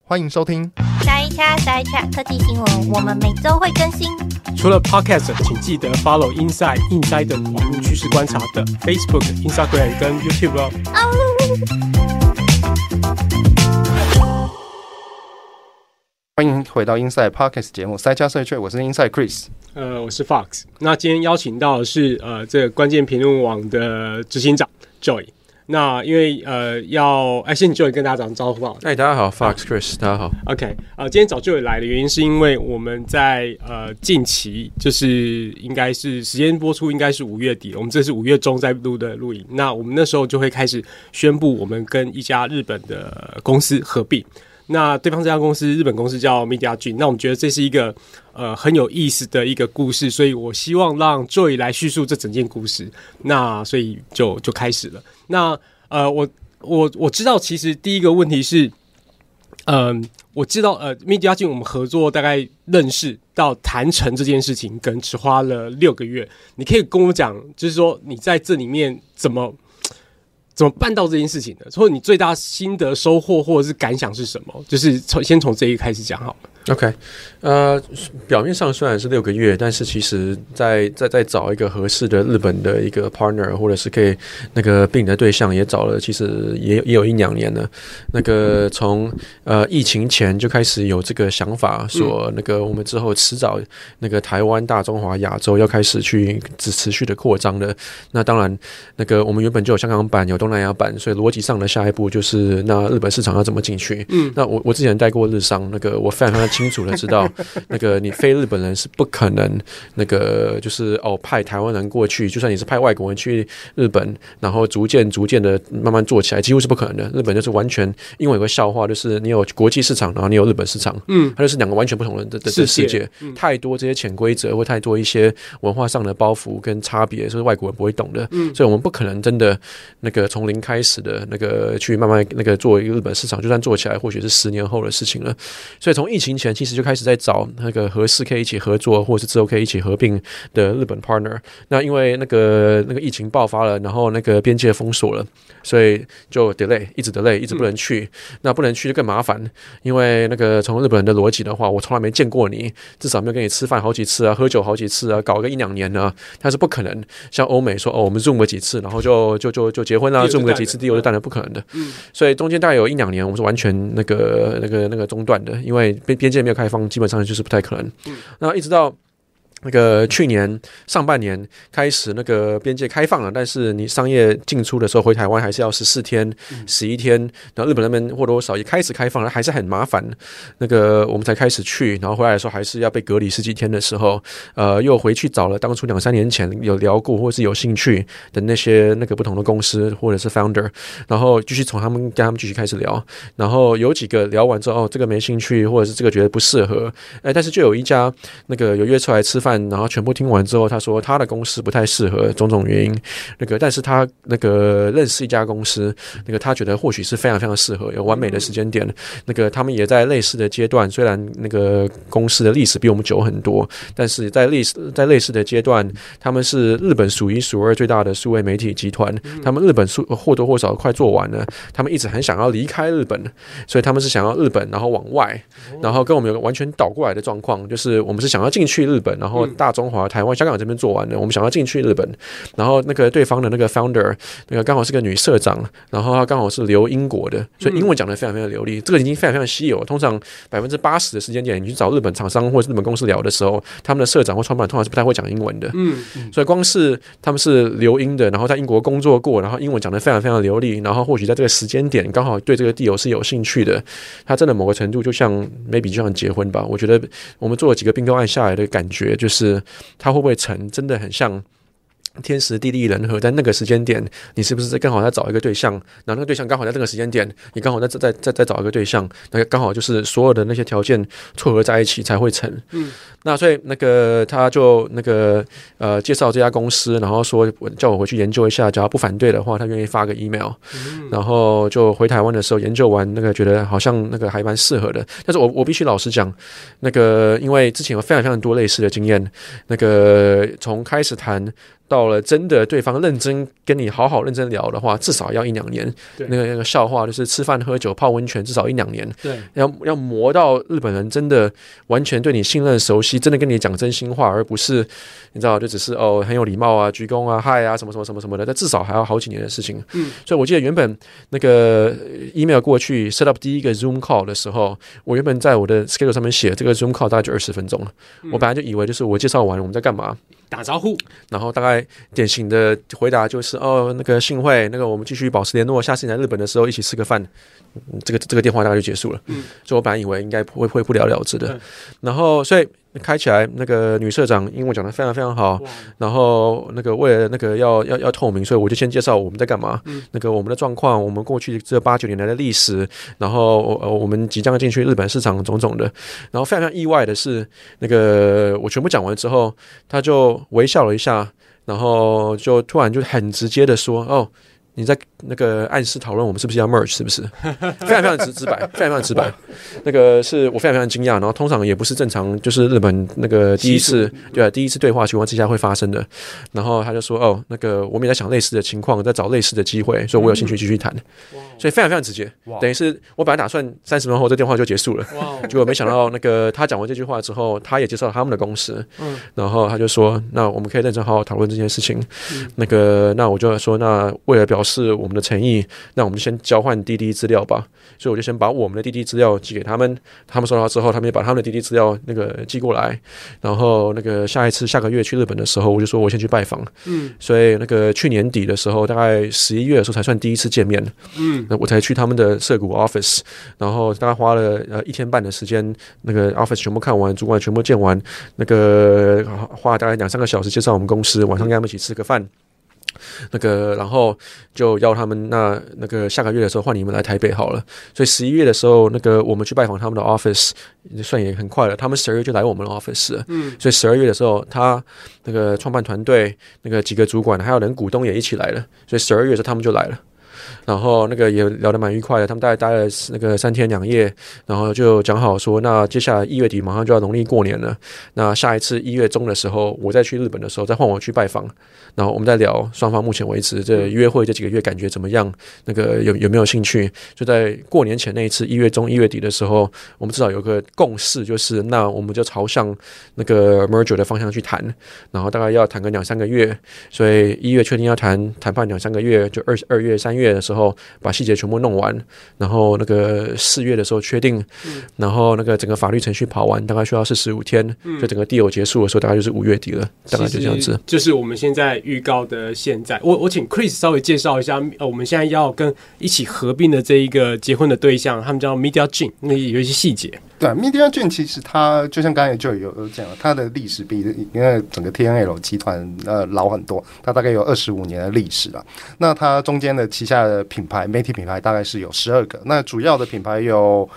欢迎收听下一科技新闻，我们每周会更新。 除了 Podcast， 请记得 follow Inside 的网络趋势观察的 Facebook、Instagram 跟 YouTube 哦。 欢迎回到 Inside Podcast 节目，塞加塞雀，我是 Inside Chris。 我是 Fox。那今天邀请到的是这个关键评论网的执行长 Joy。那因为先Joy 跟大家打招呼好。 大家好 ，Fox Chris， 大家好。 OK， 今天找Joy来的原因是因为我们在近期就是应该是时间播出应该是5月底，我们这是5月中在录的录影。那我们那时候就会开始宣布我们跟一家日本的公司合并。那对方这家公司日本公司叫 Mediagin， 那我们觉得这是一个很有意思的一个故事，所以我希望让 Joy 来叙述这整件故事。那所以就开始了。那我知道，其实第一个问题是，我知道Mediagin 我们合作大概认识到谈成这件事情，可能只花了6个月。你可以跟我讲，就是说你在这里面怎么办到这件事情的？或者你最大心得收获或者是感想是什么？就是先从这一个开始讲好了。 OK， 表面上虽然是6个月，但是其实再找一个合适的日本的一个 partner， 或者是可以那个并的对象，也找了，其实也有1-2年了。那个从疫情前就开始有这个想法，说那个我们之后迟早那个台湾、大中华、亚洲要开始去持续的扩张的。那当然，那个我们原本就有香港版、有东南亚版，所以逻辑上的下一步就是那日本市场要怎么进去？那我之前带过日商，那个我非常清楚的知道，那个你非日本人是不可能那个就是派台湾人过去，就算你是派外国人去日本，然后逐渐的慢慢做起来，几乎是不可能的。日本就是完全，因为有个笑话，就是你有国际市场，然后你有日本市场，它就是2个完全不同的世界，太多这些潜规则或太多一些文化上的包袱跟差别，是外国人不会懂的，所以我们不可能真的那个从零开始的那个去慢慢那个做一个日本市场，就算做起来，或许是10年后的事情了。所以从疫情前其实就开始在找那个合适可以一起合作，或者是之后可以一起合并的日本 partner。那因为那个疫情爆发了，然后那个边界封锁了，所以就 delay， 一直 delay， 一直不能去。那不能去就更麻烦，因为那个从日本人的逻辑的话，我从来没见过你，至少没有跟你吃饭好几次啊，喝酒好几次啊，搞个1-2年呢，它是不可能。像欧美说我们 zoom 个几次，然后就结婚啦，zoom 个几次地，我就当然不可能的。所以中间大概有1-2年，我们是完全那个中断的，因为边界没有开放，基本上就是不太可能。那一直到那个去年上半年开始，那个边界开放了，但是你商业进出的时候回台湾还是要14天、11天，然后日本那边或多或少也开始开放了，还是很麻烦。那个我们才开始去，然后回来的时候还是要被隔离10几天的时候，又回去找了当初2-3年前有聊过或是有兴趣的那些那个不同的公司或者是 founder， 然后继续跟他们继续开始聊，然后有几个聊完之后，这个没兴趣，或者是这个觉得不适合，但是就有一家那个有约出来吃饭。然后全部听完之后，他说他的公司不太适合，种种原因。那个，但是他那个认识一家公司，那个他觉得或许是非常非常适合，有完美的时间点。那个他们也在类似的阶段，虽然那个公司的历史比我们久很多，但是在类似的阶段，他们是日本数1数2最大的数位媒体集团。他们日本或多或少快做完了，他们一直很想要离开日本，所以他们是想要日本，然后往外，然后跟我们有个完全倒过来的状况，就是我们是想要进去日本，然后大中华、台湾、香港这边做完了，我们想要进去日本，然后那个对方的那个 founder 那个刚好是个女社长，然后她刚好是留英国的，所以英文讲得非常非常流利，这个已经非常非常稀有。通常80%的时间点，你去找日本厂商或者日本公司聊的时候，他们的社长或创办人通常是不太会讲英文的，所以光是他们是留英的，然后在英国工作过，然后英文讲得非常非常流利，然后或许在这个时间点刚好对这个地友是有兴趣的，他真的某个程度就像 maybe 就像结婚吧。我觉得我们做了几个并购案下来的感觉就是。它会不会成，真的很像天时地利人和，在那个时间点，你是不是刚好在找一个对象？然后那个对象刚好在这个时间点，你刚好再找一个对象，那刚好就是所有的那些条件撮合在一起才会成。那所以那个他就那个介绍这家公司，然后说叫我回去研究一下，只要不反对的话，他愿意发个 email，然后就回台湾的时候研究完，那个觉得好像那个还蛮适合的。但是我必须老实讲，那个因为之前有非常非常多类似的经验，那个从开始谈。 到了真的对方认真跟你好好认真聊的话，至少要1-2年。那个笑话就是吃饭喝酒泡温泉，至少1-2年。 对， 要磨到日本人真的完全对你信任熟悉，真的跟你讲真心话，而不是你知道就只是很有礼貌啊、鞠躬啊、嗨啊什么什么什么什么的，但至少还要好几年的事情。所以我记得原本那个 email 过去 set up 第一个 Zoom call 的时候，我原本在我的 schedule 上面写这个 Zoom call 大概就20分钟了。我本来就以为就是我介绍完我们在干嘛。 打招呼，然后大概典型的回答就是那个幸会，那个我们继续保持联络，下次你来日本的时候一起吃个饭，这个电话大概就结束了。所以我本来以为应该会不了了之的。然后所以开起来，那个女社长英文讲得非常非常好，然后那个为了那个要透明，所以我就先介绍我们在干嘛，那个我们的状况，我们过去这8-9年来的历史，然后我们即将进去日本市场种种的。然后非常非常意外的是，那个我全部讲完之后，他就微笑了一下，然后就突然就很直接的说你在那个暗示讨论我们是不是要 merge， 是不是？非常非常直白，非常非常直白。那个是我非常非常惊讶，然后通常也不是正常，就是日本那个第一次对话情况之下会发生的。然后他就说那个我们也在想类似的情况，在找类似的机会，所以我有兴趣继续谈。所以非常非常直接，等于是我本来打算30分钟后这电话就结束了，结果没想到那个他讲完这句话之后，他也介绍了他们的公司，然后他就说那我们可以认真好好讨论这件事情。那我就说那为了表示我们的诚意，那我们就先交换滴滴资料吧。所以我就先把我们的滴滴资料寄给他们，他们收到之后，他们也把他们的滴滴资料那个寄过来。然后那个下个月去日本的时候，我就说我先去拜访。所以那个去年底的时候，大概11月的时候才算第一次见面。那我才去他们的涩谷 office， 然后大概花了1天半的时间，那个 office 全部看完，主管全部见完，那个花了大概2-3个小时介绍我们公司，晚上跟他们一起吃个饭。那个，然后就要他们那个下个月的时候换你们来台北好了。所以11月的时候，那个我们去拜访他们的 office， 算也很快了。他们12月就来我们的 office 了。所以12月的时候，他那个创办团队那个几个主管还有人股东也一起来了。所以12月的时候他们就来了。然后那个也聊得蛮愉快的，他们大概待了那个3天2夜，然后就讲好说，那接下来1月底马上就要农历过年了，那下一次1月中的时候，我再去日本的时候，再换我去拜访，然后我们再聊双方目前为止这约会这几个月感觉怎么样，那个有没有兴趣？就在过年前那一次1月中1月底的时候，我们至少有个共识，就是那我们就朝向那个 merger 的方向去谈，然后大概要谈个2-3个月，所以1月确定要谈判2-3个月，就2月3月的时候把细节全部弄完，然后那个4月的时候确定，然后那个整个法律程序跑完，大概需要45天，就整个 deal 结束的时候，大概就是5月底了，大概就这样子。 就是我们现在预告的现在，我请 Chris 稍微介绍一下，我们现在要跟一起合并的这一个结婚的对象，他们叫 Media-Gin， 那有一些细节。 对 ，Media-Gin 其实它就像刚才就有讲了，它的历史比因为整个 TNL 集团老很多，它大概有25年的历史了。那它中间的旗下的媒体品牌大概是有12个，那主要的品牌有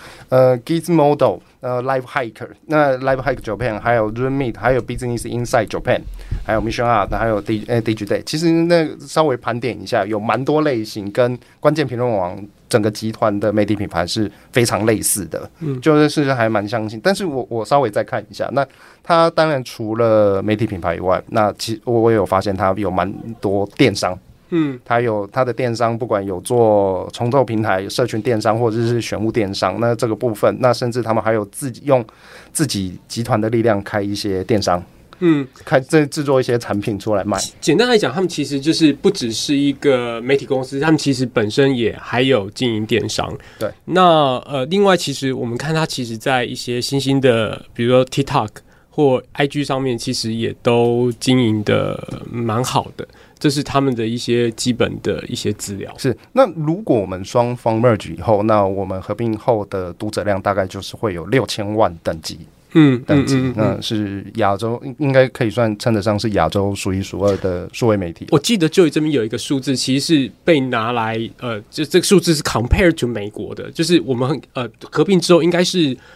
Gizmodo、Live Hike， 那 Live Hike Japan， 还有 Roommeet， 还有 Business Inside Japan， 还有 Mission Art， 还有Digiday。其实那稍微盘点一下，有蛮多类型跟关键评论网整个集团的媒体品牌是非常类似的，就是还蛮相近。但是我稍微再看一下，那它当然除了媒体品牌以外，那其实我也有发现它有蛮多电商。它有它的电商，不管有做重奏平台、社群电商或者是选物电商，那这个部分，那甚至他们还有用自己集团的力量开一些电商。制作一些产品出来卖。 简单来讲，他们其实就是不只是一个媒体公司，他们其实本身也还有经营电商。 对， 那另外其实我们看它其实在一些新兴的，比如说 TikTok 或 IG 上面，其实也都经营的蛮好的。这是他们的一些基本的一些资料。 是，那如果我们双方 merge 以后，那我们合并后的读者量大概就是会有6000万等级。等级，那是亚洲应该可以算称得上是亚洲数一数二的数位媒体。 我记得Joey这边有一个数字，其实是被拿来就这个数字是 compared to 美国的，就是我们合并之后应该是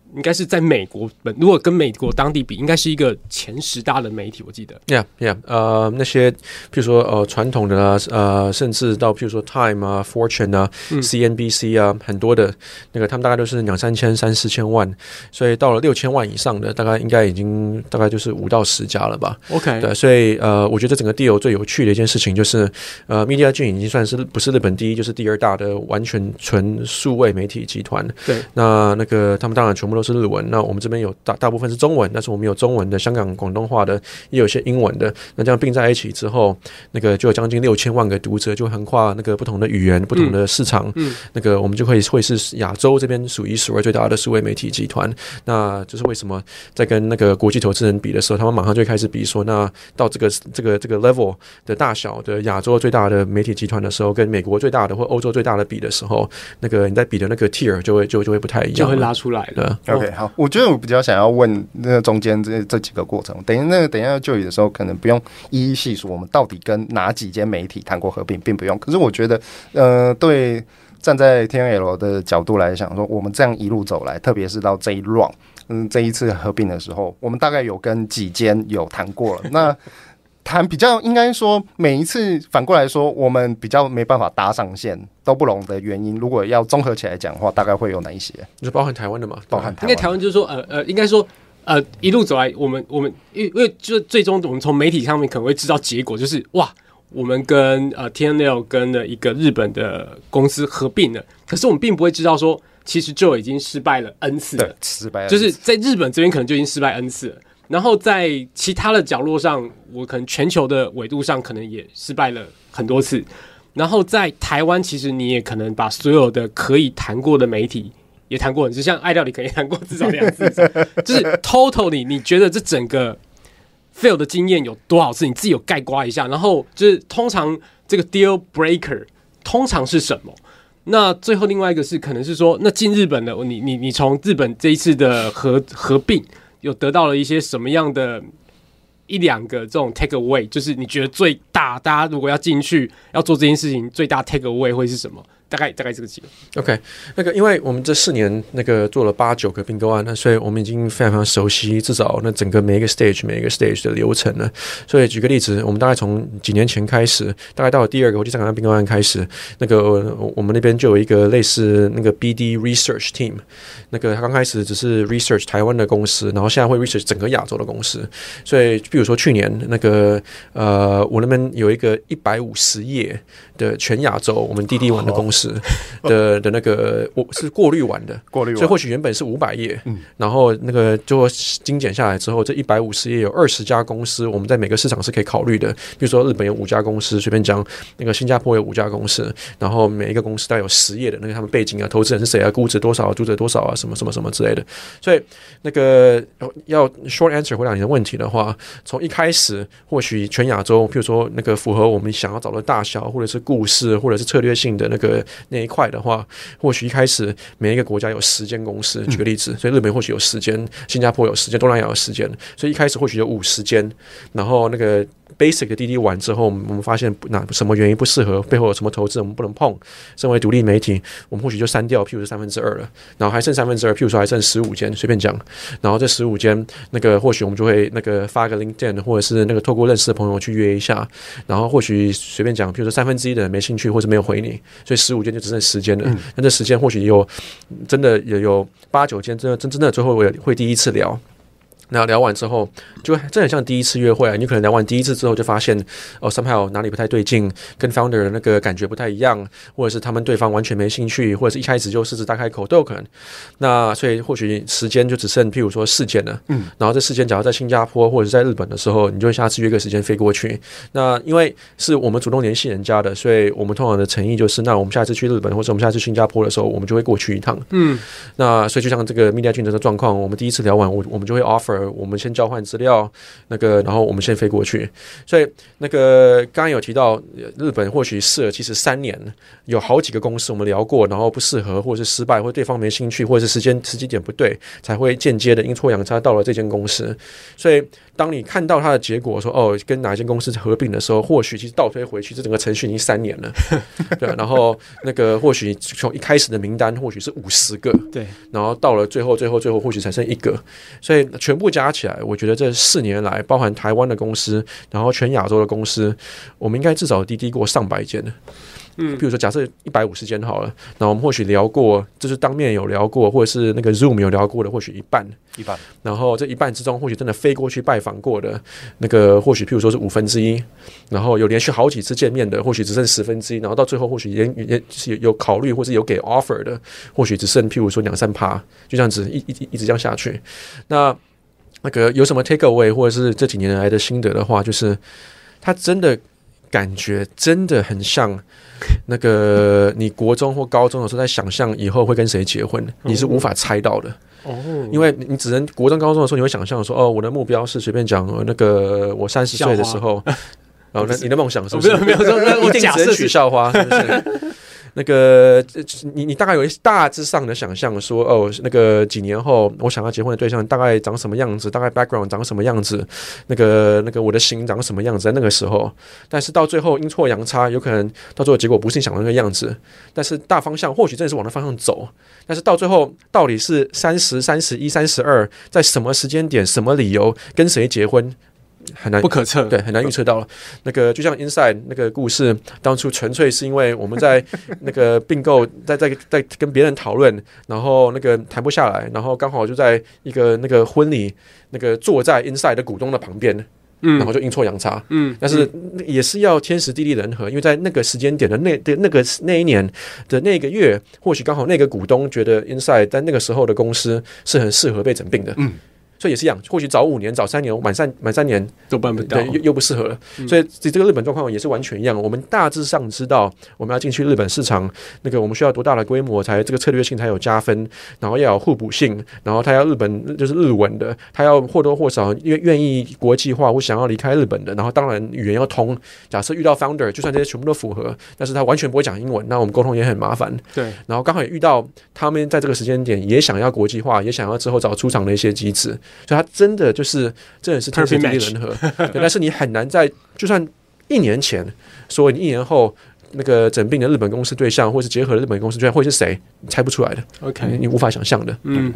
应该是在美国如果跟美国当地比，应该是一个前10大的媒体，我记得。 Yeah， 那些譬如说传统的甚至到譬如说 Time 啊、Fortune 啊、CNBC 啊，很多的那个他们大概都是2-3千、3-4千万，所以到了6000万以上的，大概应该已经大概就是5到10家了吧。 OK， 对，所以我觉得整个 deal 最有趣的一件事情就是Mediagene 已经算是不是日本第一，就是第2大的完全纯数位媒体集团。 对， 那个他们当然全部都是日文，那我们这边有大部分是中文，但是我们有中文的、香港广东话的，也有一些英文的。那这样并在一起之后，那个就有将近6000万个读者，就横跨那个不同的语言、不同的市场。那个我们就会是亚洲这边数一数二最大的数位媒体集团。那就是为什么在跟那个国际投资人比的时候，他们马上就会开始比说，那到这个 level 的大小的亚洲最大的媒体集团的时候，跟美国最大的或欧洲最大的比的时候，那个你在比的那个 tier 就会不太一样， 就会拉出来了。 OK， 好，我觉得我比较想要问那中间这几个过程，等一下就业的时候，可能不用一一细数我们到底跟哪几间媒体谈过合并，并不用。可是我觉得，对站在 TNL 的角度来想说，我们这样一路走来，特别是到这一 round，这一次合并的时候，我们大概有跟几间有谈过了。那谈比较应该说，每一次反过来说，我们比较没办法搭上线都不拢的原因，如果要综合起来讲的话，大概会有哪一些？ 就包含台湾的嘛， 包含台湾。 应该台湾就是说，应该说。一路走来，我们因为就最终我们从媒体上面可能会知道结果，就是哇，我们跟TNL 跟了一个日本的公司合并了，可是我们并不会知道说，其实就已经失败了 N 次了， 对，失败了， 就是在日本这边可能就已经失败 N 次了，然后在其他的角落上，我可能全球的纬度上可能也失败了很多次，然后在台湾，其实你也可能把所有的可以谈过的媒体。也谈过很多，像爱料理可能也谈过至少2次，就是 totally 你觉得这整个 fail 的经验有多少次？你自己有概括一下，然后就是通常这个 deal breaker 通常是什么？那最后另外一个是可能是说，那进日本的你从日本这一次的合并有得到了一些什么样的1-2个这种 take away？ 就是你觉得最大，大家如果要进去要做这件事情，最大 take away 会是什么？大概这个几个 OK， 那个因为我们这4年那个做了8-9个并购案，那所以我们已经非常非常熟悉至少那整个每一个 stage 的流程了。所以举个例子，我们大概从几年前开始，大概到了第2个国际上港并购案开始，那个我们那边就有一个类似那个 BD research team， 那个他刚开始只是 research 台湾的公司，然后现在会 research 整个亚洲的公司。所以比如说去年那个我那边有一个150页的全亚洲我们滴滴玩的公司。的那个是过滤完的，所以或许原本是500页，然后那个就精简下来之后，这150页有20家公司，我们在每个市场是可以考虑的。比如说日本有5家公司，随便讲，那个新加坡有5家公司，然后每一个公司大概有10页的那个他们背景啊，投资人是谁啊，估值多少，读者多少啊，什么什么什么之类的。所以那个要 short answer 回答你的问题的话，从一开始或许全亚洲，譬如说那个符合我们想要找的大小，或者是故事，或者是策略性的那一块的话，或许一开始每一个国家有10间公司，举个例子，所以日本或许有10间，新加坡有10间，东南亚有10间，所以一开始或许有50间，然后那个 basic 的滴滴完之后，我们发现什么原因不适合，背后有什么投资我们不能碰，身为独立媒体，我们或许就删掉，譬如是2/3了，然后还剩2/3，譬如说还剩15间，随便讲，然后这15间那个或许我们就会那个发个 LinkedIn， 或者是那个透过认识的朋友去约一下，然后或许随便讲，譬如说1/3的人没兴趣或者没有回你，所以15间就只剩10间了，那这10间或许真的也有8-9间真的最后会第一次聊。那聊完之后，就真的很像第一次约会啊！你可能聊完第一次之后，就发现somehow 哪里不太对劲，跟 founder 的那个感觉不太一样，或者是他们对方完全没兴趣，或者是一开始就狮子大开口都有可能。那所以或许时间就只剩譬如说4间了，然后这4间假如在新加坡或者是在日本的时候，你就下次约个时间飞过去。那因为是我们主动联系人家的，所以我们通常的诚意就是，那我们下次去日本或者我们下次去新加坡的时候，我们就会过去一趟。那所以就像这个 Mediagene 的状况，我们第一次聊完，我们就会 offer。 offer，我们先交换资料，然后我们先飞过去。所以刚刚有提到日本或许试了，其实3年有好几个公司我们聊过，然后不适合，或者是失败，或者对方没兴趣，或者是时机点不对，才会间接的阴错阳差到了这间公司。所以当你看到它的结果说跟哪一间公司合并的时候，或许其实倒推回去，这整个程序已经3年了。对，然后或许从一开始的名单或许是50个， 对， 然后到了最后或许才剩1个，所以全部加起来，我觉得这4年来，包含台湾的公司，然后全亚洲的公司，我们应该至少滴过上百间的。比如说假设150间好了，那我们或许聊过，就是当面有聊过，或者是Zoom 有聊过的，或许一半，然后这一半之中，或许真的飞过去拜访过的或许譬如说是1/5，然后有连续好几次见面的，或许只剩1/10，然后到最后或许也有考虑或是有给 offer 的，或许只剩譬如说2-3%，就这样子一直这样下去。那有什么 take away 或者是这几年来的心得的话，就是他真的感觉真的很像你国中或高中的时候在想象以后会跟谁结婚，你是无法猜到的。因为你只能国中高中的时候你会想象说我的目标是随便讲我30岁的时候，你的梦想是不是没有一定只能娶校花，是不是？你大概有大致上的想象说几年后我想要结婚的对象大概长什么样子，大概 background 长什么样子，我的心长什么样子在那个时候，但是到最后阴错阳差，有可能到最后结果不是你想的那个样子，但是大方向或许真的是往那方向走，但是到最后到底是30、31、32，在什么时间点、什么理由跟谁结婚，很难不可测， 对，很难预测到了。就像 Inside 故事，当初纯粹是因为我们在并购，在跟别人讨论，然后谈不下来，然后刚好就在一个婚礼，坐在 Inside 的股东的旁边。然后就阴错阳差，但是也是要天时地利人和，因为在那个时间点的那一年的那个月，或许刚好那个股东觉得 Inside 在那个时候的公司是很适合被整并的，所以也是一样，或许早5年、早3年、满3年都办不到， 对，又不适合了。所以这个日本状况也是完全一样。我们大致上知道，我们要进去日本市场，我们需要多大的规模才这个策略性才有加分，然后要有互补性，然后他要日本就是日文的，他要或多或少愿意国际化或想要离开日本的，然后当然语言要通。假设遇到 founder， 就算这些全部都符合，但是他完全不会讲英文，那我们沟通也很麻烦。 对， 然后刚好也遇到他们在这个时间点也想要国际化，也想要之后找出场的一些机制。所以它真的是天时地利人和，但是你很难在就算1年前说你1年后整并的日本公司对象，或是结合的日本公司对象会是谁，你猜不出来的。 OK， 你无法想象的。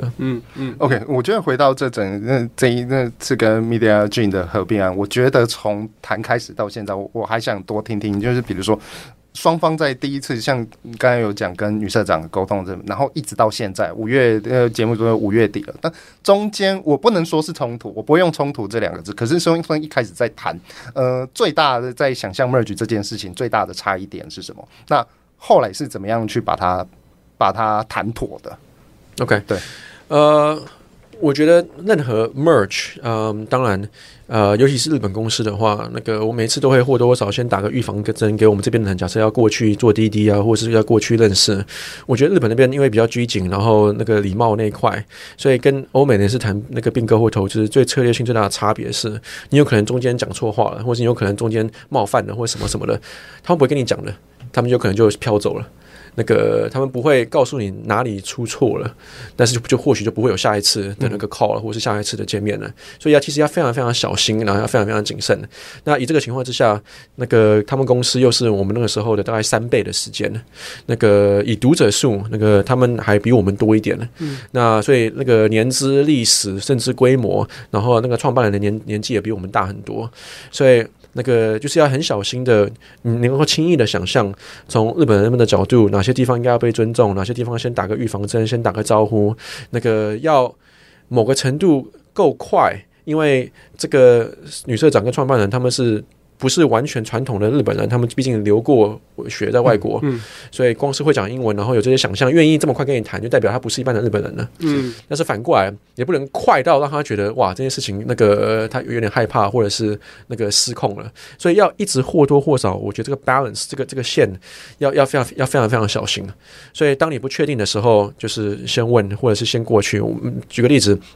OK， 我觉得回到这次跟 Media Gene 的合并案，我觉得从谈开始到现在，我还想多听听，就是比如说。双方在第一次像刚才有讲跟女社长沟通，然后一直到现在5月节目都5月底了，但中间我不能说是冲突，我不会用冲突这2个字，可是双方一开始在谈，最大的在想象 merge 这件事情最大的差异点是什么？那后来是怎么样去把它谈妥的 ？OK， 对， 我觉得任何 merge，当然，尤其是日本公司的话，我每次都会或多或少先打个预防针给我们这边的人，假设要过去做滴滴啊，或是要过去认识。我觉得日本那边因为比较拘谨，然后礼貌那一块，所以跟欧美人士谈并购或投资，最策略性最大的差别是，你有可能中间讲错话了，或是你有可能中间冒犯了，或什么什么的，他们不会跟你讲的，他们有可能就飘走了。他们不会告诉你哪里出错了，但是就或许就不会有下一次的call 了，或是下一次的见面了。所以其实要非常非常小心，然后要非常非常谨慎。那以这个情况之下，他们公司又是我们那个时候的大概3倍的时间，以读者数，他们还比我们多一点。那所以年资、历史甚至规模，然后创办人的年纪也比我们大很多，所以。就是要很小心的，你能够轻易的想象，从日本人们的角度，哪些地方应该要被尊重，哪些地方先打个预防针，先打个招呼，要某个程度够快，因为这个女社长跟创办人他们不是完全传统的日本人，他们毕竟留过学在外国，所以光是会讲英文，然后有这些想象，愿意这么快跟你谈，就代表他不是一般的日本人了。但是反过来也不能快到让他觉得哇，这件事情他有点害怕，或者是失控了，所以要一直或多或少，我觉得这个 balance 这个线要非常非常小心。所以当你不确定的时候，就是先问，或者是先过去。我们举个例子。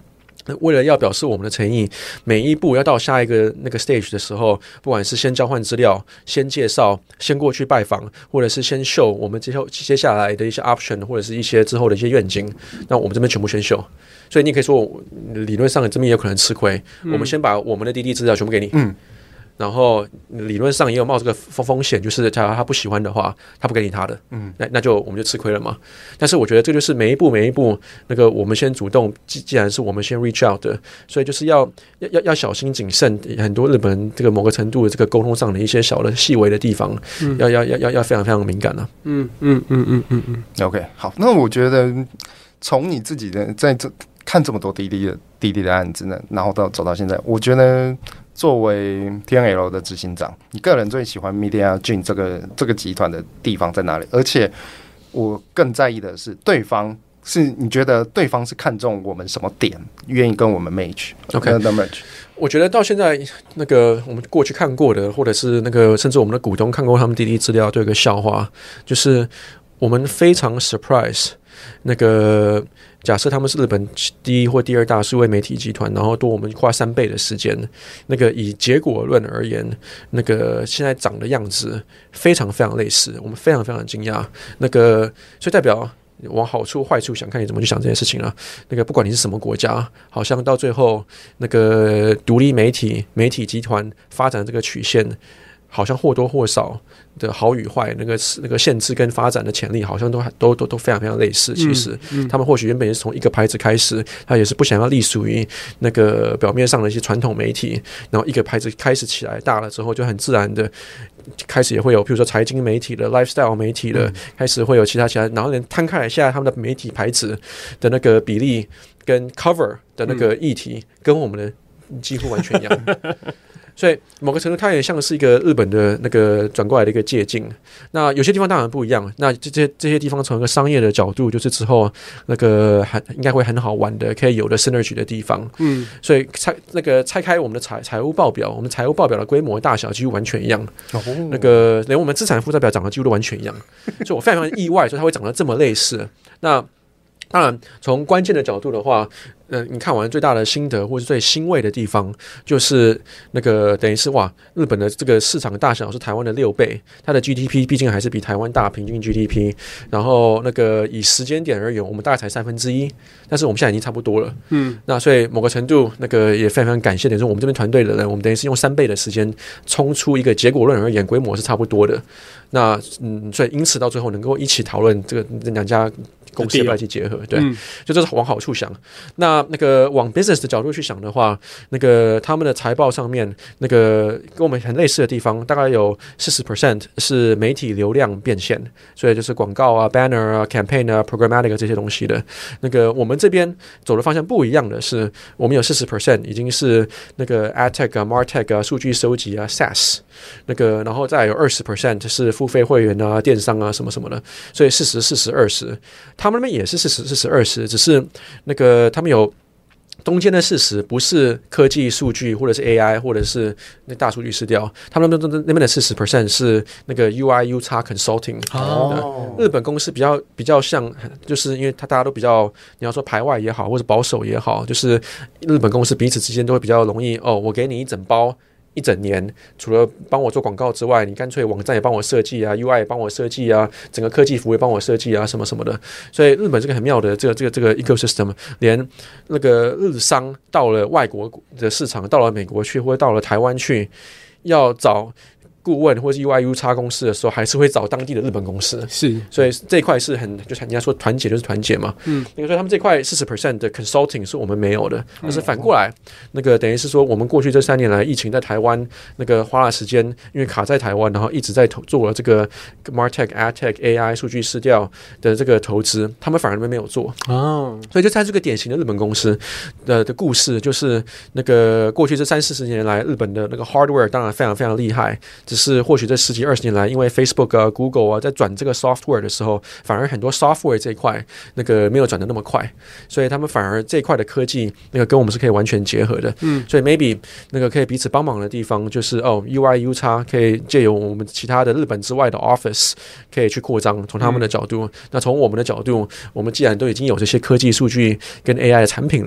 为了要表示我们的诚意，每一步要到下一个那个 stage 的时候，不管是先交换资料、先介绍、先过去拜访，或者是先秀我们接下来的一些 option， 或者是一些之后的一些愿景，那我们这边全部先秀。所以你可以说，理论上这边也有可能吃亏。我们先把我们的滴滴资料全部给你，然后理论上也有冒这个风险，就是假如他不喜欢的话，他不给你他的，那就我们就吃亏了嘛。但是我觉得这就是每一步那个我们先主动，既然是我们先 reach out 的，所以就是要小心谨慎。很多日本人这个某个程度的这个沟通上的一些小的细微的地方，要非常非常敏感啊。 OK， 好，那我觉得从你自己的在这看这么多滴滴的案子呢，然后走到现在，我觉得作为 TNL 的执行长，你个人最喜欢 Mediagene 这个集团的地方在哪里？而且我更在意的是，你觉得对方是看中我们什么点，愿意跟我们 match？OK，match。 我觉得到现在，那个我们过去看过的，或者是那个甚至我们的股东看过他们滴滴资料，都有一个笑话，就是我们非常 surprise。那个假设他们是日本第一或第二大数位媒体集团，然后多我们花3倍的时间，那个以结果论而言，那个现在长的样子非常非常类似，我们非常非常惊讶。那个所以代表往好处坏处想，看你怎么去想这件事情啊。那个不管你是什么国家，好像到最后那个独立媒体集团发展这个曲线，好像或多或少的好与坏，那个限制跟发展的潜力，好像都非常非常类似。其实，他们或许原本也是从一个牌子开始，他也是不想要隶属于那个表面上的一些传统媒体，然后一个牌子开始起来大了之后，就很自然的开始也会有，比如说财经媒体的、lifestyle 媒体的，开始会有其他，然后连摊开来，现在他们的媒体牌子的那个比例跟 cover 的那个议题，跟我们的几乎完全一样。所以某个程度，它也像是一个日本的那个转过来的一个借鉴。那有些地方当然不一样。那这些地方从一个商业的角度，就是之后那个应该会很好玩的，可以有的 synergy 的地方。所以拆开我们的财务报表，我们财务报表的规模大小几乎完全一样。那个连我们资产负债表长得几乎都完全一样。所以我非常非常意外，说它会长得这么类似。那当然，从关键的角度的话，你看完最大的心得或是最欣慰的地方，就是那个等于是哇，日本的这个市场大小是台湾的6倍，它的 GDP 毕竟还是比台湾大平均 GDP， 然后那个以时间点而言，我们大概才1/3，但是我们现在已经差不多了。那所以某个程度，那个也非常非常感谢，等于说我们这边团队的人，我们等于是用3倍的时间冲出一个结果论而言，规模是差不多的。那所以因此到最后能够一起讨论这个2家公司要不要一起结合，对，就这是往好处想。那个往 business 的角度去想的话，那个他们的财报上面，那个跟我们很类似的地方，大概有 40% 是媒体流量变现，所以就是广告啊、banner 啊、campaign 啊、programmatic 这些东西的。那个我们这边走的方向不一样的是，我们有 40% 已经是那个 adtech 啊、martech 啊、数据收集啊、SaaS， 那个然后再有 20% 是付费会员啊、电商啊什么什么的，所以40、40、20。他们那边也是40、40、20，只是那个他们有中间的40不是科技数据或者是 AI 或者是那大数据失掉，他们那边的40% 是那个 UI/UX consulting。日本公司比较像，就是因为大家都比较，你要说排外也好，或者保守也好，就是日本公司彼此之间都会比较容易我给你一整包。1整年，除了帮我做广告之外，你干脆网站也帮我设计啊 ，UI 也帮我设计啊，整个科技服务也帮我设计啊，什么什么的。所以日本这个很妙的这个 ecosystem， 连那个日商到了外国的市场，到了美国去，或者到了台湾去，要找顾问或是 UI/UX 公司的时候，还是会找当地的日本公司。 是，所以这一块是就是人家说团结就是团结嘛。那个说他们这块40% 的 consulting 是我们没有的，但是反过来，那个等于是说我们过去这3年来疫情在台湾那个花了时间，因为卡在台湾，然后一直在做了这个 martech、adtech、AI 数据市调的这个投资，他们反而没有做。所以就在这个典型的日本公司的故事，就是那个过去这30-40年来，日本的那个 hardware 当然非常非常厉害。是或许这10几20年来，因为 Facebook 啊、Google 啊在转这个 software 的时候，反而很多 software 这一块那个没有转得那么快，所以他们反而这一块的科技那个跟我们是可以完全结合的。所以 maybe 那个可以彼此帮忙的地方就是UI/UX 可以借由我们其他的日本之外的 office 可以去扩张，从他们的角度，那从我们的角度，我们既然都已经有这些科技数据跟 AI 的产品了，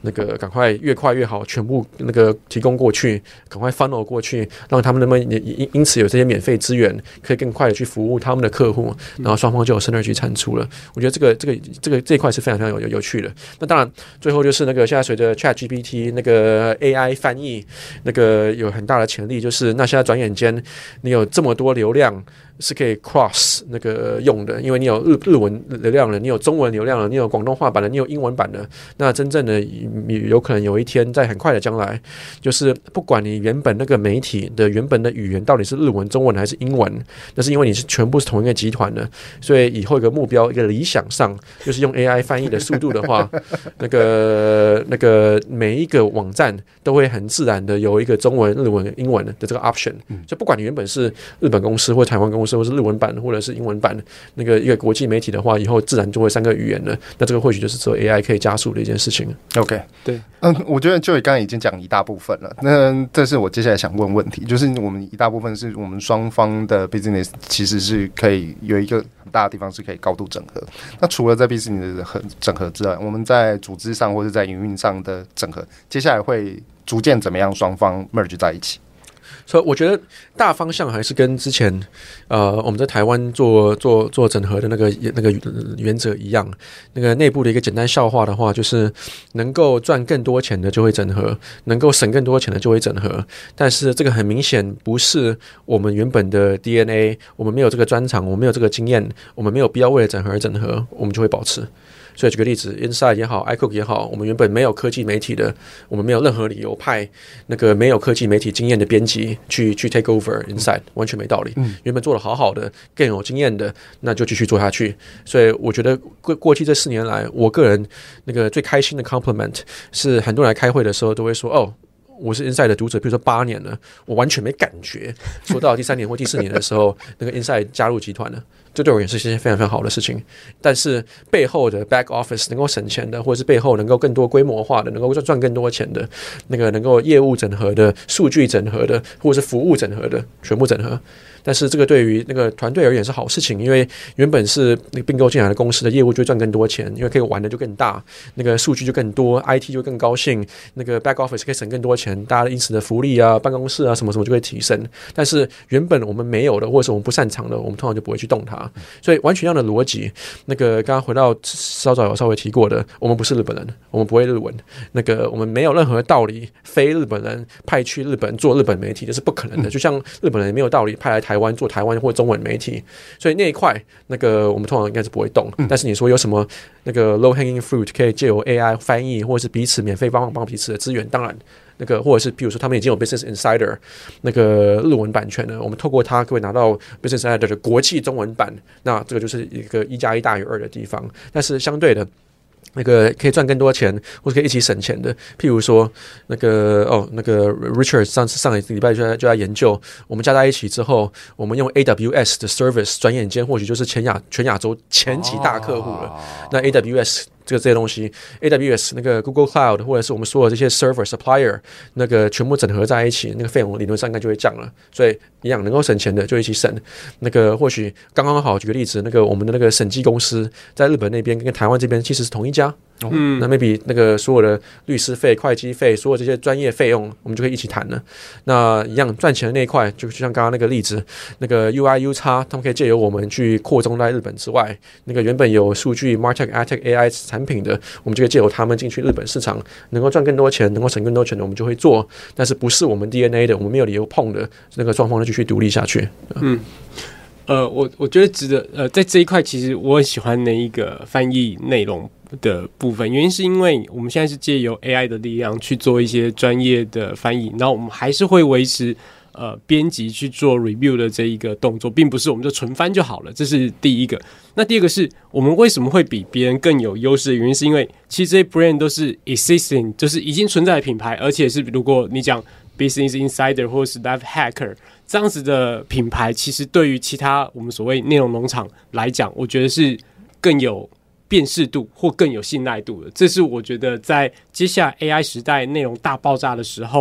那个赶快越快越好，全部那个提供过去，赶快 funnel 过去，让他们能不能因此有这些免费资源，可以更快的去服务他们的客户，然后双方就有 synergy 产出了。我觉得这一块是非常非常有趣的。那当然，最后就是那个现在随着 ChatGPT 那个 AI 翻译，那个有很大的潜力，就是那现在转眼间你有这么多流量。是可以 cross 那个用的，因为你有日文流量了，你有中文流量了，你有广东话版的，你有英文版的。那真正的有可能有一天，在很快的将来，就是不管你原本那个媒体的原本的语言到底是日文、中文还是英文，那是因为你是全部是同一个集团的，所以以后一个目标、一个理想上，就是用 AI 翻译的速度的话，那个每一个网站都会很自然的有一个中文、日文、英文的这个 option。就不管你原本是日本公司或台湾公司，或是日文版或者是英文版，那个一个国际媒体的话，以后自然就会3个语言了。那这个或许就是只有 AI 可以加速的一件事情。 OK， 对， 我觉得Joey刚刚已经讲一大部分了。那这是我接下来想问问题，就是我们一大部分是我们双方的 business 其实是可以有一个很大的地方是可以高度整合。那除了在 business 的整合之外，我们在组织上或者在营运上的整合，接下来会逐渐怎么样双方 merge 在一起？ 所以我觉得大方向还是跟之前我们在台湾做整合的那个原则一样。那个内部的一个简单笑话的话，就是能够赚更多钱的就会整合，能够省更多钱的就会整合。但是这个很明显不是我们原本的 DNA， 我们没有这个专长，我们没有这个经验，我们没有必要为了整合而整合，我们就会保持。所以举个例子 ，Inside 也好 ，iCook 也好，我们原本没有科技媒体的，我们没有任何理由派那个没有科技媒体经验的编辑去 take over Inside， 完全没道理。原本做得好好的，更有经验的，那就继续做下去。所以我觉得过去这4年来，我个人那个最开心的 compliment 是很多人来开会的时候都会说，哦。我是 Inside 的读者，比如说8年了，我完全没感觉。说到第3年或第4年的时候，那个 Inside 加入集团了，这对我也是一件非常非常好的事情。但是背后的 back office 能够省钱的，或者是背后能够更多规模化的，能够赚更多钱的，那个能够业务整合的、数据整合的，或者是服务整合的，全部整合。但是这个对于那个团队而言是好事情，因为原本是那个并购进来的公司的业务就会赚更多钱，因为可以玩的就更大，那个数据就更多 ，IT 就更高兴，那个 back office 可以省更多钱，大家因此的福利啊、办公室啊什么什么就会提升。但是原本我们没有的，或者是我们不擅长的，我们通常就不会去动它。所以完全一样的逻辑。那个刚刚回到稍早有稍微提过的，我们不是日本人，我们不会日文，那个我们没有任何道理非日本人派去日本做日本媒体，这是不可能的。就像日本人也没有道理派来台湾做台湾或中文媒体，所以那一块那个我们通常应该是不会动。但是你说有什么那个 low hanging fruit 可以借由 AI 翻译，或者是彼此免费帮彼此的资源，当然。那个或者是比如说他们已经有 Business Insider 那个日文版权了，我们透过它可以拿到 Business Insider 的国际中文版，那这个就是一个1+1大于2的地方。但是相对的。那个可以赚更多钱，或者可以一起省钱的，譬如说那个Richard 上个礼拜就在研究，我们加在一起之后，我们用 AWS 的 service， 转眼间或许就是全亚洲前几大客户了。那 AWS 这些东西 ，AWS 那个 Google Cloud 或者是我们所有这些 server supplier 那个全部整合在一起，那个费用理论上应该就会降了。所以一样能够省钱的就一起省。那个或许刚刚好，举个例子，那个我们的那个审计公司在日本那边跟台湾这边其实是同一家。那 maybe 那个所有的律师费、会计费，所有这些专业费用，我们就可以一起谈了。那一样赚钱的那一块，就像刚刚那个例子，那个 UI、UX， 他们可以借由我们去扩充在日本之外，那个原本有数据、Martech、AdTech、AI 产品的，我们就可以借由他们进去日本市场，能够赚更多钱，能够省更多钱的，我们就会做。但是不是我们 DNA 的，我们没有理由碰的，那个双方就继续独立下去。 我觉得值得在这一块，其实我很喜欢那一个翻译内容的部分，原因是因为我们现在是借由 AI 的力量去做一些专业的翻译，然后我们还是会维持编辑去做 review 的这一个动作，并不是我们就纯翻就好了，这是第一个。那第二个是我们为什么会比别人更有优势的原因，是因为其实这些 brand 都是 existing， 就是已经存在的品牌，而且是如果你讲 Business Insider 或者是 Life Hacker 这样子的品牌，其实对于其他我们所谓内容农场来讲，我觉得是更有辨识度或更有信赖度的。这是我觉得在接下来 AI 时代内容大爆炸的时候，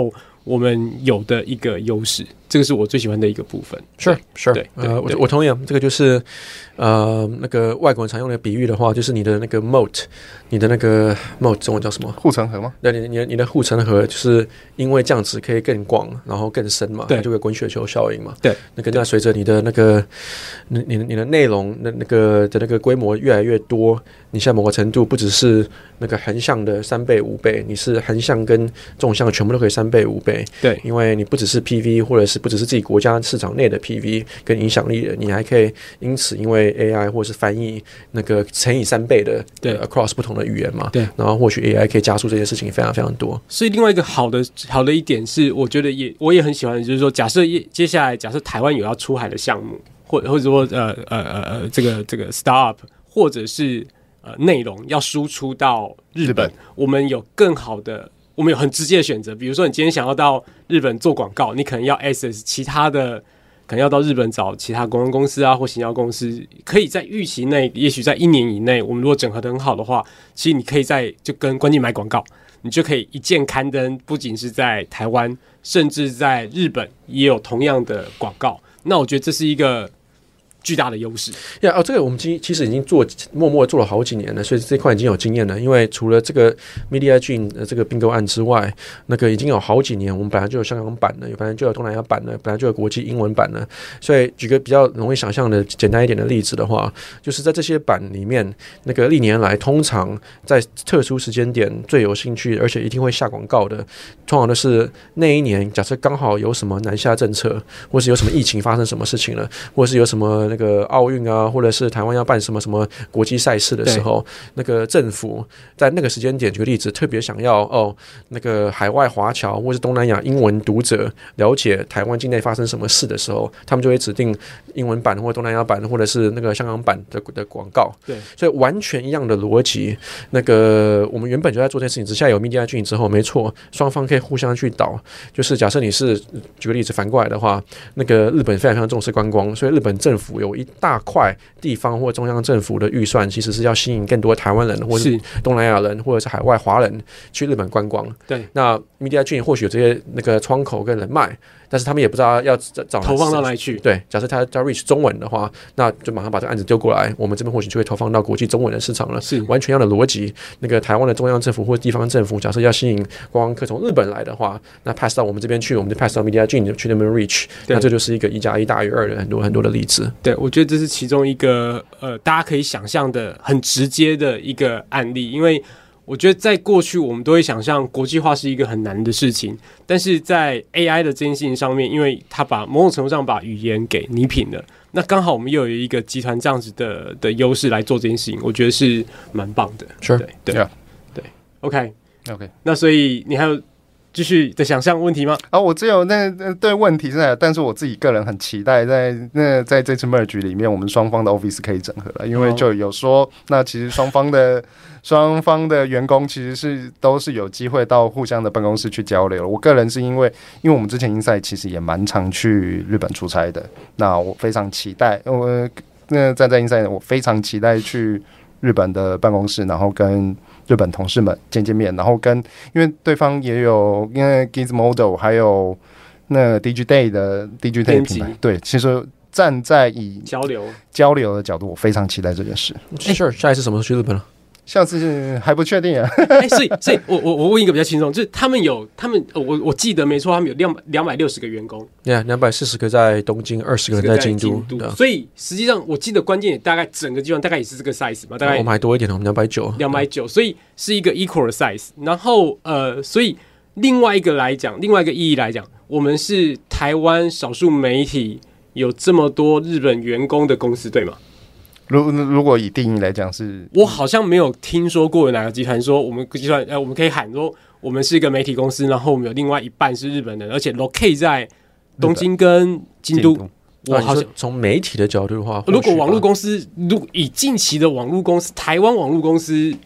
我们有的一个优势，这个是我最喜欢的一个部分。 Sure， 对， 我同意啊，这个就是那个外国人常用的比喻的话，就是你的那个 moat， 你的那个 moat 中文叫什么？ 护城河吗？ 对，你的护城河就是因为这样子可以更广，然后更深嘛， 对， 就会滚雪球效应嘛。 对， 那随着你的那个你的内容那个规模越来越多，你现在某个程度不只是那个横向的3倍5倍，你是横向跟纵向全部都可以3倍5倍。 对， 因为你不只是 PV， 或者是不只是自己国家市场内的 PV 跟影响力的，你还可以因此因为 AI 或者是翻译那个乘以3倍的，对 across 不同的语言嘛， 对， 然后或许 AI 可以加速这件事情非常非常多。 所以另外一个好的一点是，我觉得我也很喜欢的，就是说，假设接下来台湾有要出海的项目，或者说这个 startup 或者是内容要输出到日本，我们有更好的。我们有很直接的选择，比如说你今天想要到日本做广告，你可能要 access 其他的，可能要到日本找其他公关公司啊或行销公司，可以在预期内，也许在1年以内，我们如果整合得很好的话，其实你可以就跟关键买广告，你就可以一键刊登，不仅是在台湾，甚至在日本也有同样的广告。那我觉得这是一个巨大的优势。 这个我们其实已经默默做了好几年了，所以这块已经有经验了。因为除了这个 MediaGene 这个并购案之外，那个已经有好几年，我们本来就有香港版的，本来就有东南亚版的，本来就有国际英文版的。所以举个比较容易想象的简单一点的例子的话，就是在这些版里面，那个历年来通常在特殊时间点最有兴趣，而且一定会下广告的，通常都是那一年假设刚好有什么南下政策，或是有什么疫情发生什么事情了，或是有什么那个奥运啊，或者是台湾要办什么国际赛事的时候，那个政府在那个时间点，举个例子，特别想要那个海外华侨或是东南亚英文读者了解台湾境内发生什么事的时候，他们就会指定英文版或东南亚版或者是那个香港版的广告。 对， 所以完全一样的逻辑。那个我们原本就在做这件事情，之下有 MediaGene 之后，没错，双方可以互相去导。就是假设你是举个例子反过来的话，那个日本非常非常重视观光，所以日本政府有一大块地方或中央政府的预算，其实是要吸引更多台湾人或是东南亚人或者是海外华人去日本观光。 对， 那 MediaGene 或许有这些那个窗口跟人脉，但是他们也不知道要找投放到哪里去。 对，假设他要 reach 中文的话，那就马上把这个案子丢过来，我们这边或许就会投放到国际中文的市场了。 是完全一样的逻辑。那个台湾的中央政府或地方政府，假设要吸引观光客从日本来的话，那 pass 到我们这边去，我们就 pass 到 MediaGene 去那边 reach， 那这就是一个1+1大于2的很多的例子。 对，我觉得这是其中一个大家可以想象的很直接的一个案例，因为我觉得在过去我们都会想象国际化是一个很难的事情，但是在 AI 的这件事情上面，因为它某种程度上把语言给拟品了，那刚好我们又有一个集团这样子的优势来做这件事情，我觉得是蛮棒的。 Sure. 对 Yeah. 对 OK， 那那所以你还有继续的想象问题吗？ 我只有对问题是，但是我自己个人很期待在这次 merge 里面，我们双方的 office 可以整合了，因为就有说，那其实双方的员工其实都是有机会到互相的办公室去交流。我个人是因为我们之前Insight其实也蛮常去日本出差的，那我非常期待，站在Insight我非常期待去日本的办公室，然后跟日本同事们见面，然后因为对方也有因为 Gizmodo 还有那 DigiDay 的品牌，对，其实站在以交流的角度，我非常期待这件事。 Sure， 下一次什么时候去日本了？ 下次还不确定啊。 所以我问一个比较轻松，就是他们我记得没错，他们有260个员工 ，240个在东京，20个人在京都， 所以实际上我记得关键也大概整个集团大概也是这个 size 嘛，大概我们还多一点，我们290， 所以是一个 equal 的 size。然后所以另外一个意义来讲，我们是台湾少数媒体有这么多日本员工的公司，对吗？ 如果以定义来讲，是我好像没有听说过有哪个集团说我们集团我们可以喊说我们是一个媒体公司，然后我们有另外一半是日本人，而且 locate 在东京跟京都。 我好像从媒体的角度的话， 如果网络公司，以近期的网络公司，台湾网络公司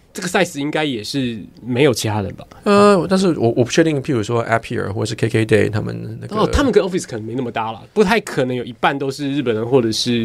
这个 size 应该也是没有其他人吧？ 但是我不确定，譬如说 Appier 或者是 KKday 他们那个他们跟 Office 可能没那么大了，不太可能有一半都是日本人，或者是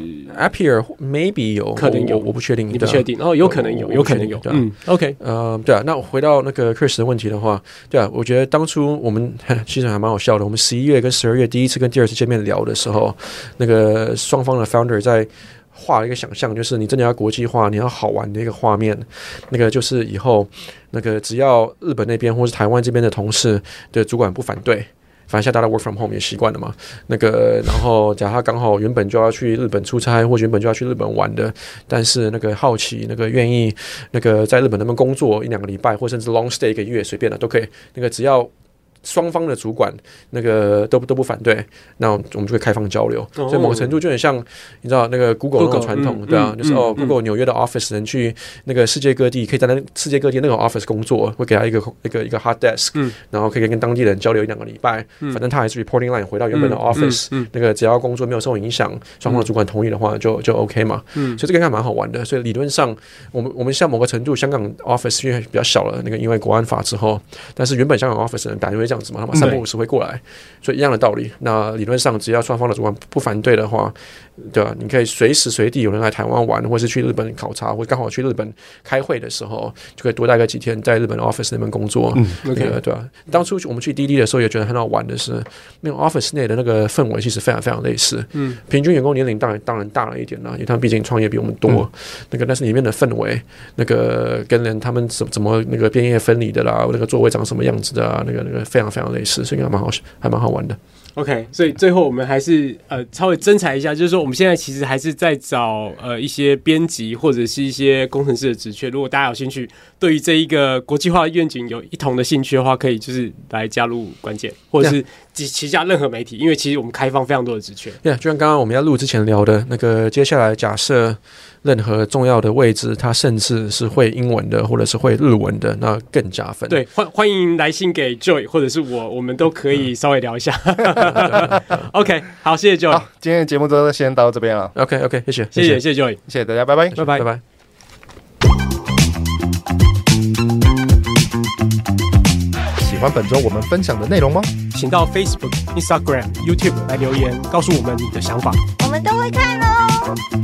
Appier maybe 有， 可能有， 我不确定， 你不确定有可能有，有可能有。OK， 对啊。那回到那个 Chris 的问题的话，对啊，我觉得当初我们其实还蛮好笑的。我们11月跟12月第一次跟第二次见面聊的时候，那个双方的 founder 在画了一个想象，就是你真的要国际化，你要好玩的一个画面，那个就是以后那个只要日本那边或是台湾这边的同事的主管不反对，反正现在大家 work from home 也习惯了嘛，那个然后假如他刚好原本就要去日本出差，或者原本就要去日本玩的，但是那个好奇，那个愿意那个在日本那边工作1-2个礼拜，或甚至 long stay 1个月，随便的都可以，那个只要双方的主管那个都不反对，那我们就会开放交流。所以某个程度就很像，你知道那个 Google 那种传统，对啊，就是Google 纽约的 office 人去那个世界各地，可以在世界各地那个 office 工作，会给他一个 hot desk，然后可以跟当地人交流1-2个礼拜，反正他还是 reporting line 回到原本的 office，那个只要工作没有受影响，双方的主管同意的话就 OK 嘛。所以这个应该蛮好玩的。所以理论上，我们像某个程度，香港 office 因为比较小了，那个因为国安法之后，但是原本香港 office 的人打电话这样子嘛，他们350会过来，所以一样的道理。那理论上，只要双方的主管不反对的话，对吧？你可以随时随地有人来台湾玩，或是去日本考察，或刚好去日本开会的时候，就可以多待个几天，在日本的 office 那边工作。 OK， 对吧？当初我们去滴滴的时候，也觉得很好玩的是，那个 office 内的那个氛围其实非常非常类似。平均员工年龄当然大了一点啦，因为他们毕竟创业比我们多。那个但是里面的氛围，那个跟人他们怎么那个边业分离的啦，那个座位长什么样子的啊，那个非常非常类似，所以还蛮好玩的。 OK， 所以最后我们还是稍微征才一下，就是说我们现在其实还是在找一些编辑或者是一些工程师的职缺。如果大家有兴趣，对于这一个国际化的愿景有一同的兴趣的话，可以就是来加入关键，或者是旗下任何媒体，因为其实我们开放非常多的职缺。 就像刚刚我们要录之前聊的那个，接下来假设任何重要的位置，它甚至是会英文的，或者是会日文的，那更加分。 对，欢迎来信给 Joy 或者是我们都可以稍微聊一下。OK， 好，谢谢 Joy。 好，今天的节目就先到这边了。 OK， 谢谢 Joy， 谢谢大家，拜拜， 拜拜。 喜欢本周我们分享的内容吗？ 请到 Facebook、Instagram、YouTube 来留言，告诉我们你的想法， 我们都会看哦。